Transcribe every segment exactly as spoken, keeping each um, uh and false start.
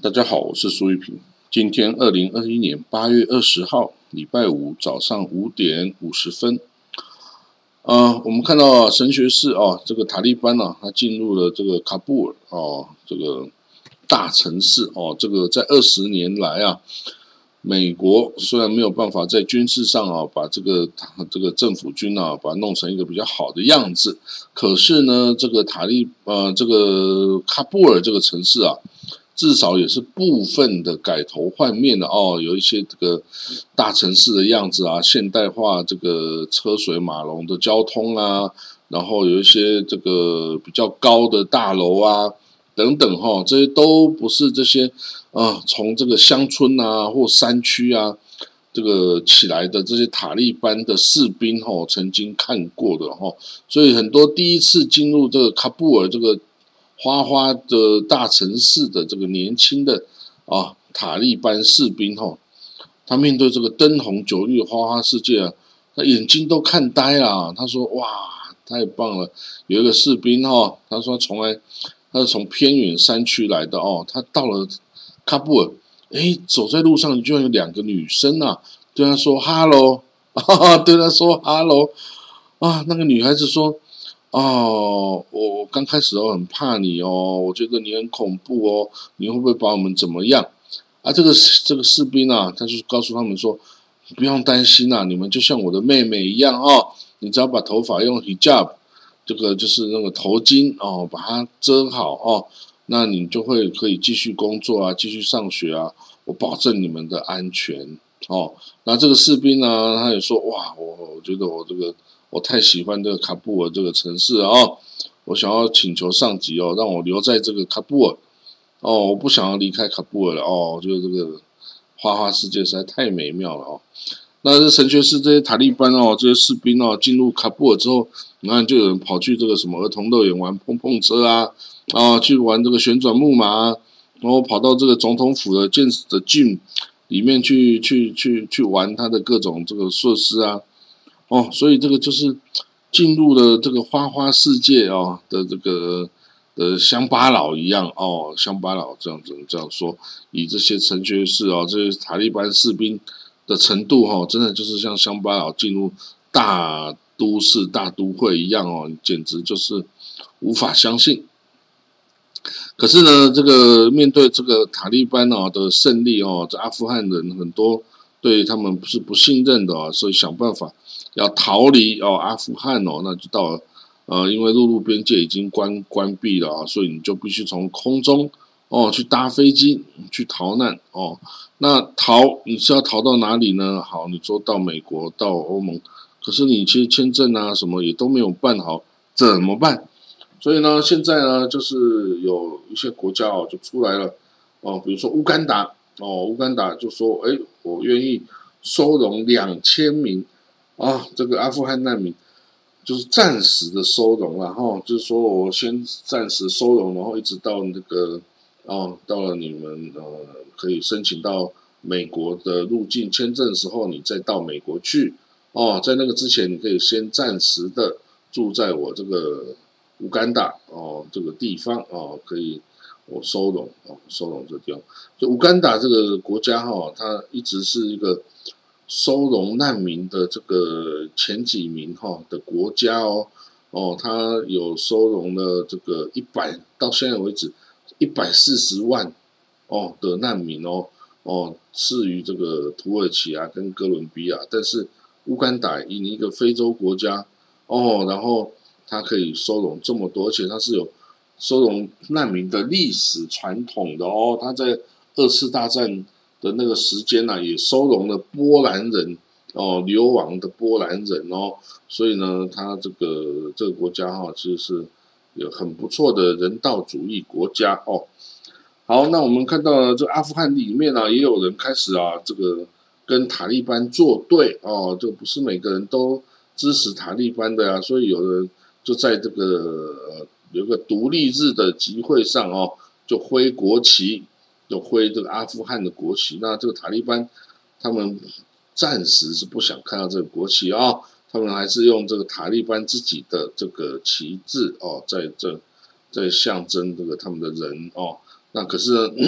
大家好，我是苏玉平。今天二零二一年八月二十号，礼拜五早上五点五十分。呃，我们看到啊，神学士啊，这个塔利班啊，他进入了这个喀布尔哦、啊，这个大城市哦、啊，这个在二十年来啊，美国虽然没有办法在军事上啊，把这个这个政府军啊，把它弄成一个比较好的样子，可是呢，这个塔利呃，这个喀布尔这个城市啊。至少也是部分的改头换面的哦，有一些这个大城市的样子啊，现代化这个车水马龙的交通啊，然后有一些这个比较高的大楼啊等等哈、哦，这些都不是这些啊从这个乡村啊或山区啊这个起来的这些塔利班的士兵哈、哦、曾经看过的哈、哦，所以很多第一次进入这个喀布尔这个。花花的大城市的这个年轻的啊塔利班士兵哈、哦，他面对这个灯红酒绿的花花世界啊，他眼睛都看呆了。他说：“哇，太棒了！”有一个士兵哈、哦，他说从来他是从偏远山区来的哦，他到了喀布尔，哎，走在路上就有两个女生啊，对他说哈喽，对他说哈喽啊，那个女孩子说。哦，我我刚开始我很怕你哦，我觉得你很恐怖哦，你会不会把我们怎么样？啊，这个这个士兵啊，他就告诉他们说，不用担心啊，你们就像我的妹妹一样哦，你只要把头发用 hijab， 这个就是那个头巾哦，把它遮好哦，那你就会可以继续工作啊，继续上学啊，我保证你们的安全哦。那这个士兵呢，他也说，哇，我我觉得我这个。我太喜欢这个喀布尔这个城市了哦，我想要请求上级哦，让我留在这个喀布尔哦，我不想要离开喀布尔了哦，我觉得这个花花世界实在太美妙了哦。那这神学士这些塔利班哦，这些士兵哦，进入喀布尔之后，你看就有人跑去这个什么儿童乐园玩碰碰车啊，啊，去玩这个旋转木马啊，然后跑到这个总统府的建的 gym 里面去去去去玩他的各种这个设施啊。哦，所以这个就是进入了这个花花世界哦的这个的乡巴佬一样哦，乡巴佬这样子这样说，以这些神学士哦，这些塔利班士兵的程度哦，真的就是像乡巴佬进入大都市大都会一样哦，简直就是无法相信。可是呢，这个面对这个塔利班哦的胜利哦，这阿富汗人很多对他们是不信任的哦，所以想办法。要逃离哦阿富汗哦，那就到了呃，因为陆路边界已经关关闭了啊，所以你就必须从空中哦去搭飞机去逃难哦。那逃你是要逃到哪里呢？好，你说到美国到欧盟，可是你其实签证啊什么也都没有办好，怎么办？所以呢，现在呢就是有一些国家哦就出来了哦，比如说乌干达哦，乌干达就说哎，我愿意收容两千名。啊，这个阿富汗难民就是暂时的收容，然后就是说我先暂时收容，然后一直到那个哦，到了你们呃可以申请到美国的入境签证的时候，你再到美国去哦，在那个之前，你可以先暂时的住在我这个乌干达哦这个地方哦，可以我收容哦收容这地方，就乌干达这个国家哈、哦，它一直是一个。收容难民的这个前几名哈的国家哦哦，他有收容了这个一百到现在为止一百四十万哦的难民哦哦，次于这个土耳其啊跟哥伦比亚，但是乌干达以一个非洲国家哦，然后它可以收容这么多，而且它是有收容难民的历史传统的哦，它在二次大战。的那个时间呢、啊，也收容了波兰人哦，流亡的波兰人哦，所以呢，他这个这个国家哈、哦，其实是有很不错的人道主义国家哦。好，那我们看到了这阿富汗里面呢、啊，也有人开始啊，这个跟塔利班作对哦，就不是每个人都支持塔利班的呀、啊，所以有人就在这个、呃、有个独立日的集会上哦，就挥国旗。就挥这个阿富汗的国旗，那这个塔利班他们暂时是不想看到这个国旗啊、哦，他们还是用这个塔利班自己的这个旗帜哦，在这在象征这个他们的人哦。那可是呢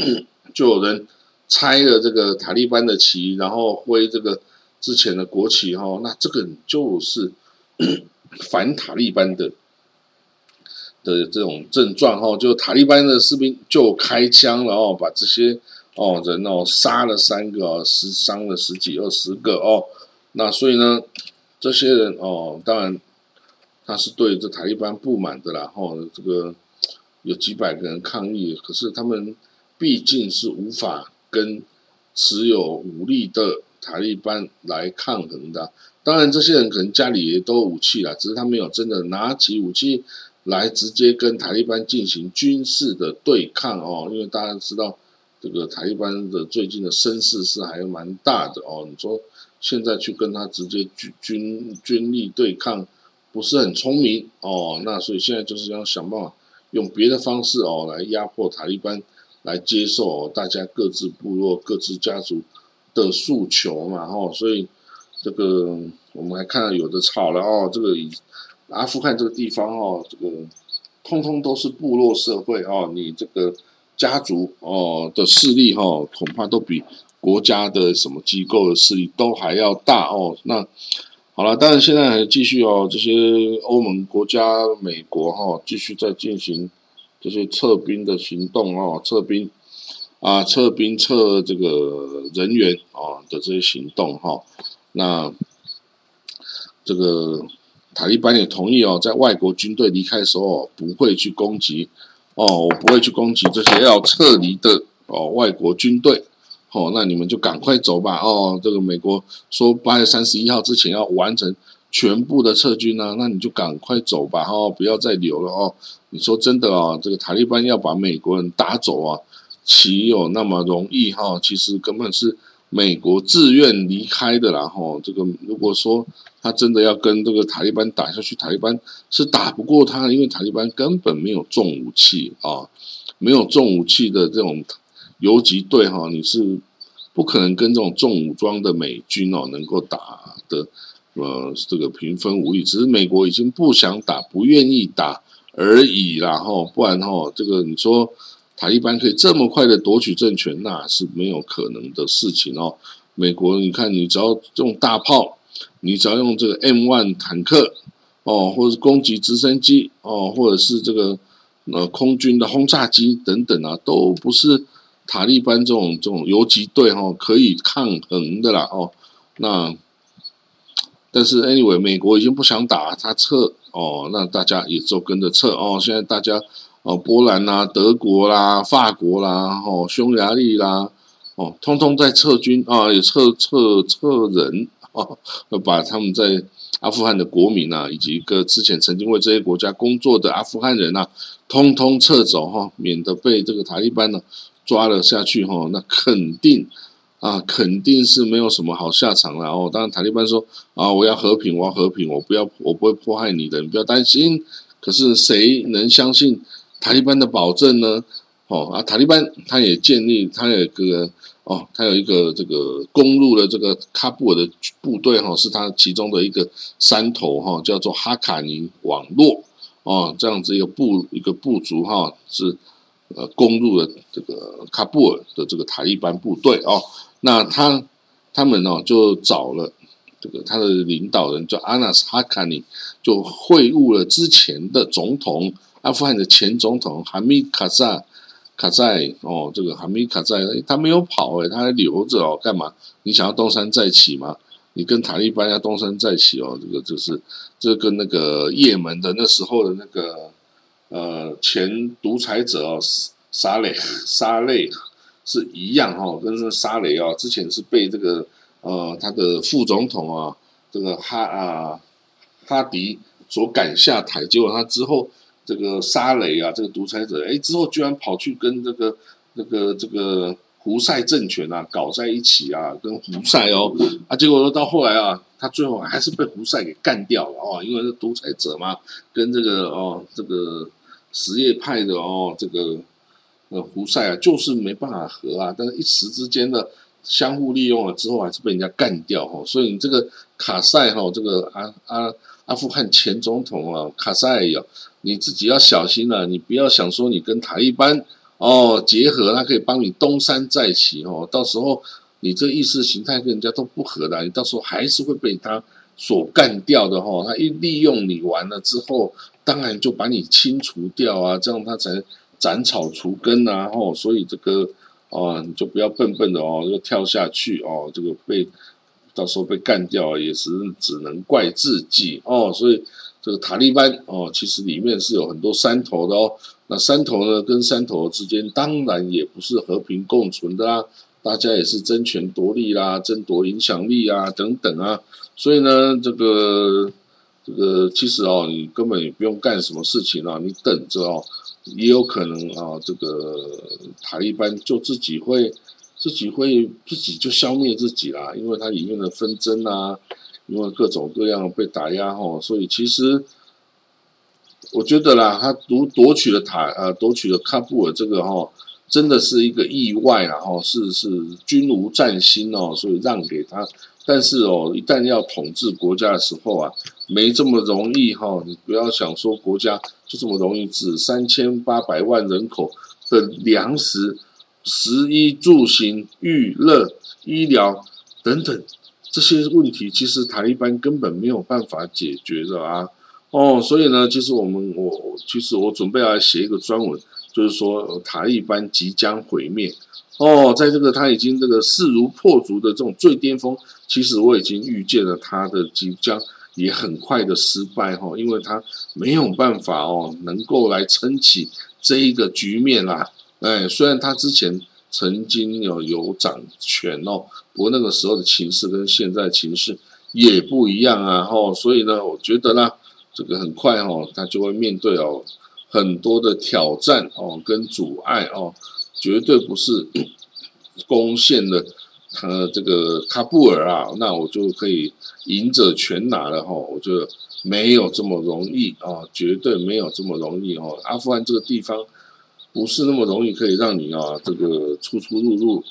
就有人拆了这个塔利班的旗，然后挥这个之前的国旗哈，那这个就是反塔利班的的这种症状哈，就塔利班的士兵就开枪了哦，把这些哦人哦杀了三个哦，十伤了十几二十个哦，那所以呢，这些人哦，当然他是对这塔利班不满的啦，哦，这个有几百个人抗议，可是他们毕竟是无法跟持有武力的塔利班来抗衡的。当然，这些人可能家里也都有武器啦，只是他没有真的拿起武器来直接跟塔利班进行军事的对抗哦，因为大家知道这个塔利班的最近的声势是还蛮大的哦。你说现在去跟他直接军军军力对抗，不是很聪明哦。那所以现在就是要想办法用别的方式哦来压迫塔利班，来接受、哦、大家各自部落、各自家族的诉求嘛哦。所以这个我们还看到有的吵了哦，这个以阿富汗这个地方哦，这个通通都是部落社会哦，你这个家族哦的势力哦，恐怕都比国家的什么机构的势力都还要大哦。那好了，当然现在还继续哦，这些欧盟国家、美国哈、哦，继续在进行这些撤兵的行动哦，撤兵啊，撤兵撤这个人员哦的这些行动哈、哦。那这个塔利班也同意哦，在外国军队离开的时候、哦、不会去攻击哦，我不会去攻击这些要撤离的哦外国军队哦，那你们就赶快走吧哦。这个美国说八月三十一号之前要完成全部的撤军啊，那你就赶快走吧哦，不要再留了哦。你说真的哦，这个塔利班要把美国人打走啊，岂有那么容易哈、哦？其实根本是美国自愿离开的啦哈、哦。这个如果说他真的要跟这个塔利班打下去，塔利班是打不过他，因为塔利班根本没有重武器啊，没有重武器的这种游击队哈，你是不可能跟这种重武装的美军哦能够打的，呃，这个平分无力。只是美国已经不想打，不愿意打而已啦哈，不然哈，这个你说塔利班可以这么快的夺取政权，那是没有可能的事情哦。美国，你看，你只要用大炮。你只要用这个 M 一 坦克哦，或者是攻击直升机哦，或者是这个呃空军的轰炸机等等啊，都不是塔利班这种这种游击队哈、哦、可以抗衡的啦哦。那但是 anyway， 美国已经不想打，他撤哦，那大家也就跟着撤哦。现在大家哦，波兰啦、德国啦、法国啦、哦匈牙利啦哦，通通在撤军啊，也撤撤撤人。哦，把他们在阿富汗的国民啊，以及一个之前曾经为这些国家工作的阿富汗人啊，通通撤走哈、哦，免得被这个塔利班呢抓了下去哈、哦，那肯定啊，肯定是没有什么好下场了哦。当然，塔利班说啊，我要和平，我要和平，我不要，我不会迫害你的，你不要担心。可是谁能相信塔利班的保证呢？哦啊，塔利班他也建立，他有一个。哦，他有一个这个攻入了这个喀布尔的部队哈、哦，是他其中的一个山头哈、哦，叫做哈卡尼网络哦，这样子一个部一个部族哈、哦，是呃攻入了这个喀布尔的这个塔利班部队哦。那他他们哦就找了这个他的领导人叫阿纳斯哈卡尼，就会晤了之前的总统阿富汗的前总统哈密卡萨。卡在哦，这个哈密卡在，他没有跑诶，他还留着哦，干嘛？你想要东山再起吗？你跟塔利班要东山再起哦，这个就是这跟那个也门的那时候的那个呃前独裁者哦，沙雷沙雷是一样哈、哦，跟这沙雷哦，之前是被这个呃他的副总统啊，这个哈啊哈迪所赶下台，结果他之后。这个沙雷啊，这个独裁者，哎，之后居然跑去跟这个、这个、这个胡塞政权啊搞在一起啊，跟胡塞哦，啊，结果到后来啊，他最后还是被胡塞给干掉了哦，因为是独裁者嘛，跟这个哦，这个什叶派的哦，这个呃胡塞啊，就是没办法和啊，但是一时之间的相互利用了之后，还是被人家干掉哦，所以你这个卡塞哈、哦，这个阿阿阿富汗前总统啊，卡塞啊。你自己要小心了、啊，你不要想说你跟塔利班哦结合，它可以帮你东山再起哦。到时候你这意识形态跟人家都不合的，你到时候还是会被他所干掉的哈。他一利用你完了之后，当然就把你清除掉啊，这样他才斩草除根啊。吼，所以这个哦，你就不要笨笨的哦，就跳下去哦，这个被到时候被干掉也是只能怪自己哦。所以这个塔利班哦，其实里面是有很多山头的哦。那山头呢，跟山头之间当然也不是和平共存的啦，大家也是争权夺利啦，争夺影响力啊等等啊。所以呢，这个这个其实哦，你根本也不用干什么事情啊，你等着哦，也有可能啊，这个塔利班就自己会自己会自己就消灭自己啦，因为它里面的纷争啊，因为各种各样被打压哦，所以其实我觉得啦，他夺夺取了塔呃夺取了喀布尔这个哈、哦，真的是一个意外啦哈、哦，是是君无战心哦，所以让给他。但是哦，一旦要统治国家的时候啊，没这么容易哈、哦。你不要想说国家就这么容易，只三千八百万人口的粮食、食衣住行、娱乐、医疗等等这些问题，其实塔利班根本没有办法解决的啊。哦，所以呢，其实我们我其实我准备要来写一个专文，就是说、呃、塔利班即将毁灭。哦，在这个他已经这个势如破竹的这种最巅峰，其实我已经预见了他的即将也很快的失败哈、哦，因为他没有办法哦，能够来撑起这一个局面啦。哎，虽然他之前曾经有有掌权哦，不过那个时候的情势跟现在情势也不一样啊。哦，所以呢，我觉得呢。这个很快哦，他就会面对哦很多的挑战哦跟阻碍哦，绝对不是攻陷了他这个喀布尔啊，那我就可以赢者全拿了哈、哦。我觉得没有这么容易啊、哦，绝对没有这么容易哦。阿富汗这个地方不是那么容易可以让你啊这个出出入入，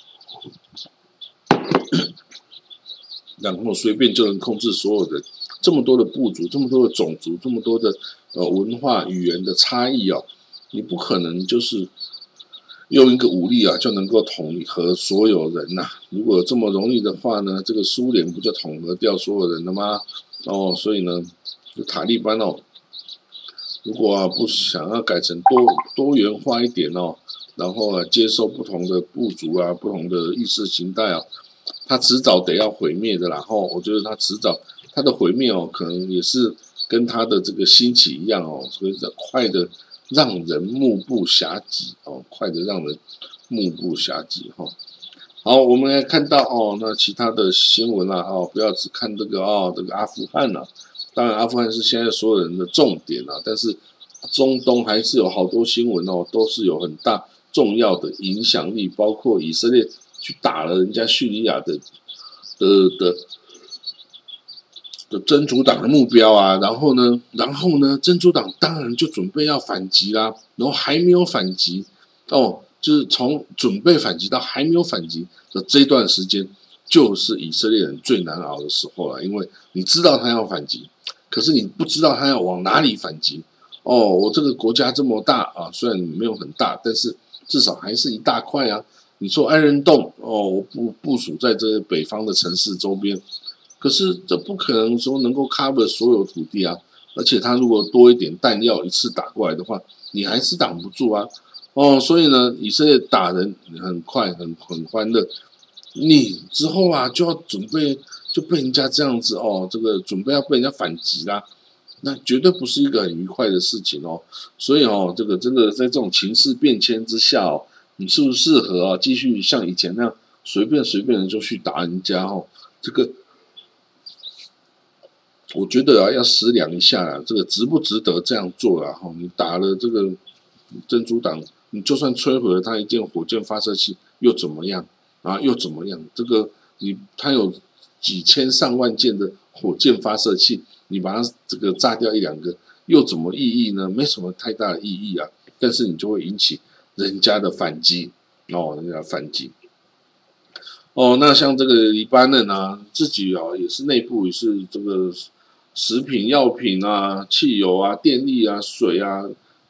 然后随便就能控制所有的。这么多的部族，这么多的种族，这么多的呃文化语言的差异哦，你不可能就是用一个武力啊就能够统合所有人呐、啊。如果这么容易的话呢，这个苏联不就统合掉所有人了吗？哦，所以呢，塔利班哦，如果啊不想要改成多多元化一点哦，然后啊接受不同的部族啊、不同的意识形态啊，他迟早得要毁灭的啦。吼，我觉得他迟早。它的毁灭哦，可能也是跟它的这个兴起一样哦，所以快的让人目不暇接哦，快的让人目不暇接哈、哦。好，我们来看到哦，那其他的新闻啦、啊、哦，不要只看这个哦，这个阿富汗啦、啊，当然阿富汗是现在所有人的重点啦、啊，但是中东还是有好多新闻哦，都是有很大重要的影响力，包括以色列去打了人家叙利亚的的的。的真主党的目标啊，然后呢，然后呢，真主党当然就准备要反击啦，然后还没有反击哦，就是从准备反击到还没有反击的这段时间，就是以色列人最难熬的时候了，因为你知道他要反击，可是你不知道他要往哪里反击。哦，我这个国家这么大啊，虽然没有很大，但是至少还是一大块啊。你说安仁洞哦，我部部署在这北方的城市周边。可是这不可能说能够 cover 所有土地啊，而且他如果多一点弹药一次打过来的话，你还是挡不住啊。哦，所以呢，以色列打人很快，很很欢乐。你之后啊就要准备就被人家这样子哦，这个准备要被人家反击啦，那绝对不是一个很愉快的事情哦。所以哦，这个真的在这种情势变迁之下哦，你适不适合啊继续像以前那样随便随便的就去打人家哦？这个。我觉得啊，要思量一下啦，这个值不值得这样做啦？哈，你打了这个真主党，你就算摧毁了他一件火箭发射器，又怎么样啊？又怎么样？这个你他有几千上万件的火箭发射器，你把它这个炸掉一两个，又怎么意义呢？没什么太大的意义啊。但是你就会引起人家的反击哦，人家的反击。哦，那像这个黎巴嫩啊，自己啊也是内部也是这个。食品、药品啊、汽油啊、电力啊、水啊，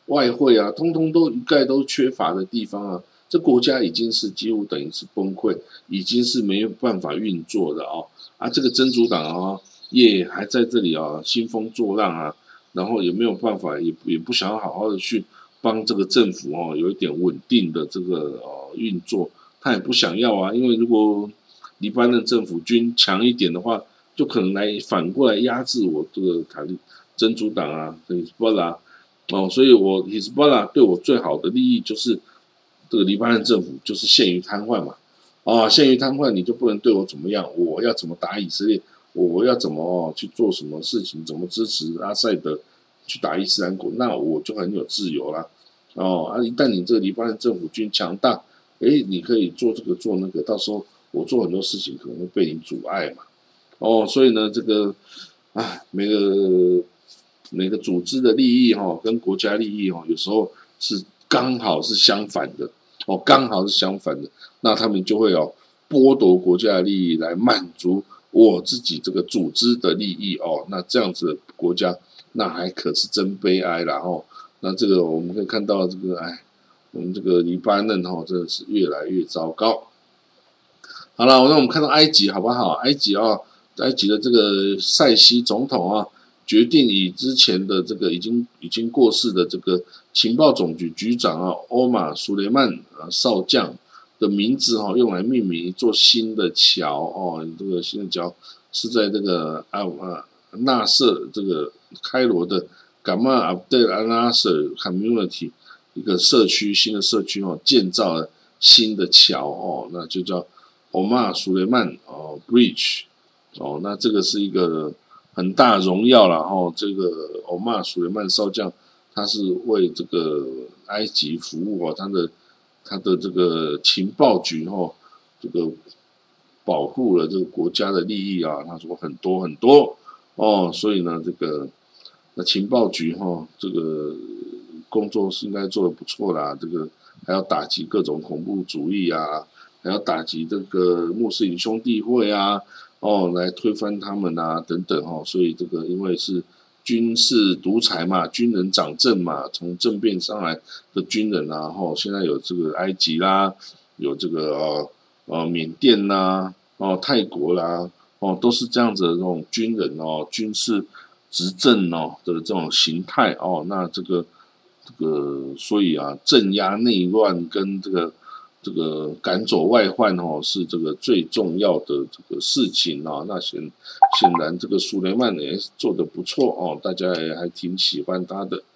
外汇啊，通通都一概都缺乏的地方啊，这国家已经是几乎等于是崩溃，已经是没有办法运作的哦。啊，这个真主党啊，也还在这里啊兴风作浪啊，然后也没有办法，也也不想要好好的去帮这个政府哦有一点稳定的这个哦运作，他也不想要啊，因为如果黎巴嫩政府军强一点的话，就可能来反过来压制我这个塔利真主党啊，跟 Hezbollah 哦，所以我 Hezbollah 对我最好的利益就是这个黎巴嫩政府就是陷于瘫痪嘛，啊，陷于瘫痪你就不能对我怎么样，我要怎么打以色列，我要怎么哦去做什么事情，怎么支持阿塞德去打伊斯兰国，那我就很有自由啦。哦，啊，一旦你这个黎巴嫩政府军强大，诶，你可以做这个做那个，到时候我做很多事情可能会被你阻碍嘛。哦，所以呢，这个啊，每个每个组织的利益哈、哦，跟国家利益哈、哦，有时候是刚好是相反的哦，刚好是相反的，那他们就会哦剥夺国家的利益来满足我自己这个组织的利益哦，那这样子的国家，那还可是真悲哀啦哦。那这个我们可以看到这个哎，我们这个黎巴嫩哈、哦，真的是越来越糟糕。好了，那我们看到埃及好不好？埃及啊。埃及的这个塞西总统啊，决定以之前的这个已经已经过世的这个情报总局局长啊，欧马苏雷曼啊少将的名字哈、啊，用来命名一座新的桥哦。这个新的桥是在这个啊啊纳瑟这个开罗的噶玛阿布德尔纳瑟 community 一个社区新的社区哦，建造了新的桥哦，那就叫欧马苏雷曼哦 Bridge。哦，那这个是一个很大荣耀了哦。这个欧马苏雷曼少将，他是为这个埃及服务哦，他的他的这个情报局哦，这个保护了这个国家的利益啊。他说很多很多哦，所以呢，这个那情报局哈、哦，这个工作是应该做得不错啦。这个还要打击各种恐怖主义啊，还要打击这个穆斯林兄弟会啊。哦，来推翻他们啊，等等哦，所以这个因为是军事独裁嘛，军人掌政嘛，从政变上来的军人啊，哦，现在有这个埃及啦，有这个呃呃缅甸啦，哦泰国啦，哦都是这样子的这种军人哦，军事执政哦的这种形态哦，那这个这个所以啊，镇压内乱跟这个。这个赶走外患哦，是这个最重要的这个事情啊。那显显然，这个苏雷曼也做得不错哦，大家也还挺喜欢他的。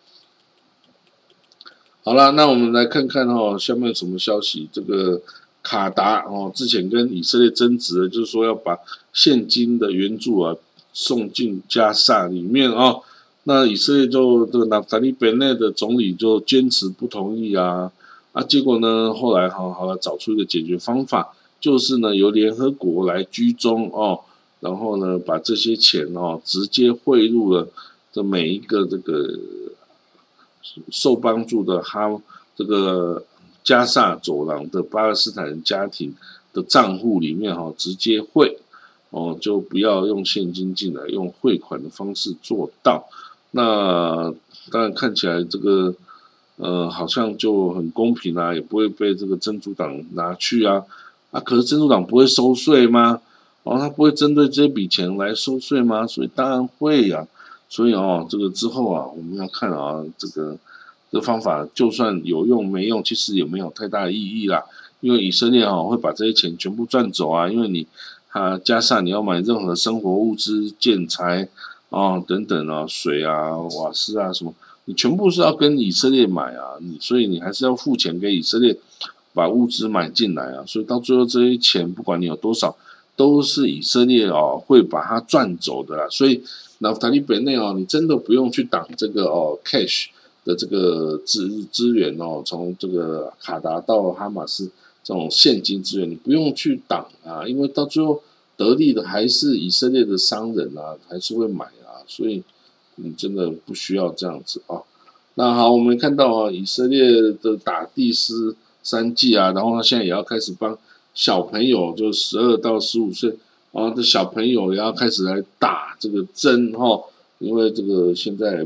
好了，那我们来看看哦，下面有什么消息？这个卡达哦，之前跟以色列争执，就是说要把现金的援助啊送进加萨里面哦。那以色列就这个纳塔利本内的总理就坚持不同意啊。啊，结果呢？后来好好了，找出一个解决方法，就是呢，由联合国来居中哦，然后呢，把这些钱哦，直接汇入了这每一个这个受帮助的哈这个加萨走廊的巴勒斯坦人家庭的账户里面哈、哦，直接汇哦，就不要用现金进来，用汇款的方式做到。那当然看起来这个。呃，好像就很公平啊，也不会被这个真主党拿去啊，啊，可是真主党不会收税吗？哦，他不会针对这笔钱来收税吗？所以当然会呀、啊，所以哦，这个之后啊，我们要看啊，这个这个方法就算有用没用，其实也没有太大的意义啦，因为以色列啊会把这些钱全部赚走啊，因为你啊加上你要买任何生活物资、建材啊等等啊，水啊、瓦斯啊什么。你全部是要跟以色列买啊，你所以你还是要付钱给以色列，把物资买进来啊，所以到最后这些钱不管你有多少，都是以色列哦会把它赚走的啦。所以纳夫塔利本内哦，你真的不用去挡这个哦 cash 的这个资资源哦，从这个卡达到哈马斯这种现金资源，你不用去挡啊，因为到最后得利的还是以色列的商人啊，还是会买啊，所以。你真的不需要这样子啊。那好，我们看到啊，以色列的打第十三季啊，然后他现在也要开始帮小朋友，就十二到十五岁啊的小朋友也要开始来打这个针哈，因为这个现在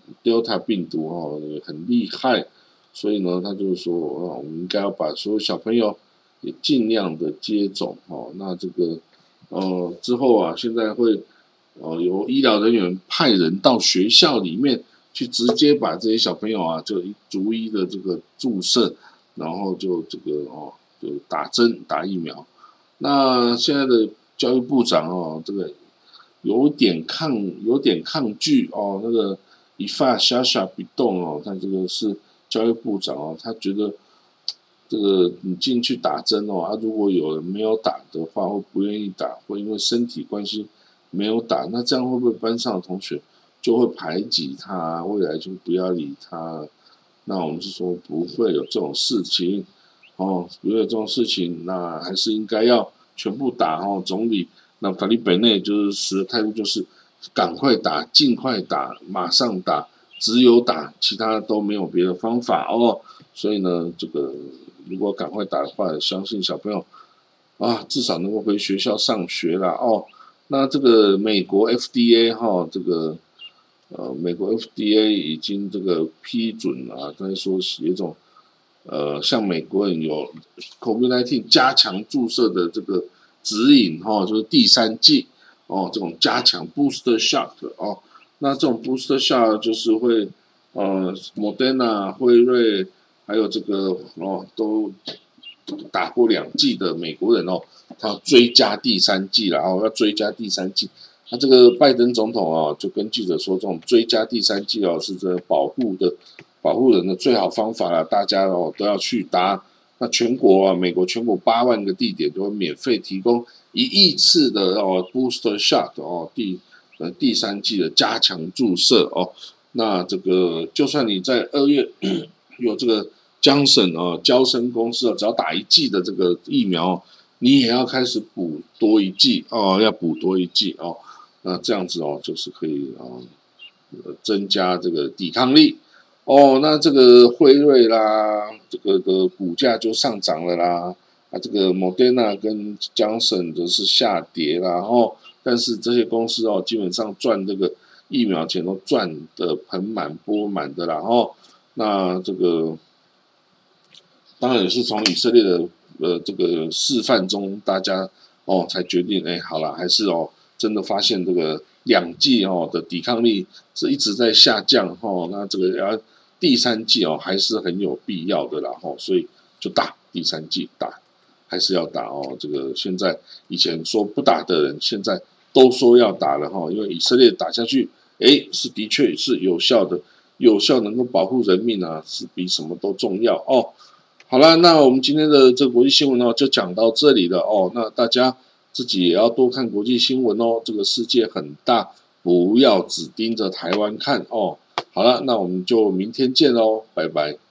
Delta 病毒哦很厉害，所以呢，他就是说，哦，我们应该要把所有小朋友也尽量的接种哦。那这个呃之后啊，现在会呃由医疗人员派人到学校里面去，直接把这些小朋友啊就逐一的这个注射，然后就这个哦就打针打疫苗。那现在的教育部长哦，这个有点抗有点抗拒哦，那个一发傻傻不动哦，他这个是教育部长哦，他觉得这个你进去打针哦，啊，如果有人没有打的话，或不愿意打，或因为身体关系没有打，那这样会不会班上的同学就会排挤他，未来就不要理他？那我们是说不会有这种事情哦，不会有这种事情，那还是应该要全部打哦。总理那塔利本内就是持的态度就是赶快打，尽快打，马上打，只有打，其他都没有别的方法哦。所以呢，这个如果赶快打的话，相信小朋友啊，至少能够回学校上学啦哦。那这个美国 F D A 哈、哦，这个呃，美国 F D A 已经这个批准了，他说有一种呃，像美国人有 COVID 十九 加强注射的这个指引哈、哦，就是第三剂哦，这种加强 booster shot 哦，那这种 booster shot 就是会呃，Moderna、辉瑞还有这个哦，都打过两剂的美国人哦，他要追加第三剂了哦，要追加第三剂。那这个拜登总统哦，就跟记者说，这种追加第三剂哦，是这个保护的保护人的最好方法了，大家哦都要去打。那全国啊，美国全国八万个地点都会免费提供一亿次的哦 booster shot 哦，第呃第三剂的加强注射哦。那这个就算你在二月有这个Johnson哦，交生公司哦，只要打一剂的这个疫苗，你也要开始补多一剂哦，要补多一剂哦。那这样子哦，就是可以哦，增加这个抵抗力哦。那这个辉瑞啦，这个的股价就上涨了啦。啊，这个 Moderna 跟 Johnson 则是下跌啦。哦，但是这些公司哦，基本上赚这个疫苗钱都赚得盆满钵满的啦。哦，那这个当然也是从以色列的呃这个示范中，大家哦才决定，哎，好了，还是哦。真的发现这个两剂哦的抵抗力是一直在下降哦，那这个要第三剂哦还是很有必要的啦哦，所以就打第三剂打还是要打哦。这个现在以前说不打的人，现在都说要打了哈，因为以色列打下去，哎，是的确是有效的，有效能够保护人命啊，是比什么都重要哦。好了，那我们今天的这个国际新闻哦就讲到这里了哦，那大家自己也要多看国际新闻哦，这个世界很大，不要只盯着台湾看哦。好了，那我们就明天见喽，拜拜。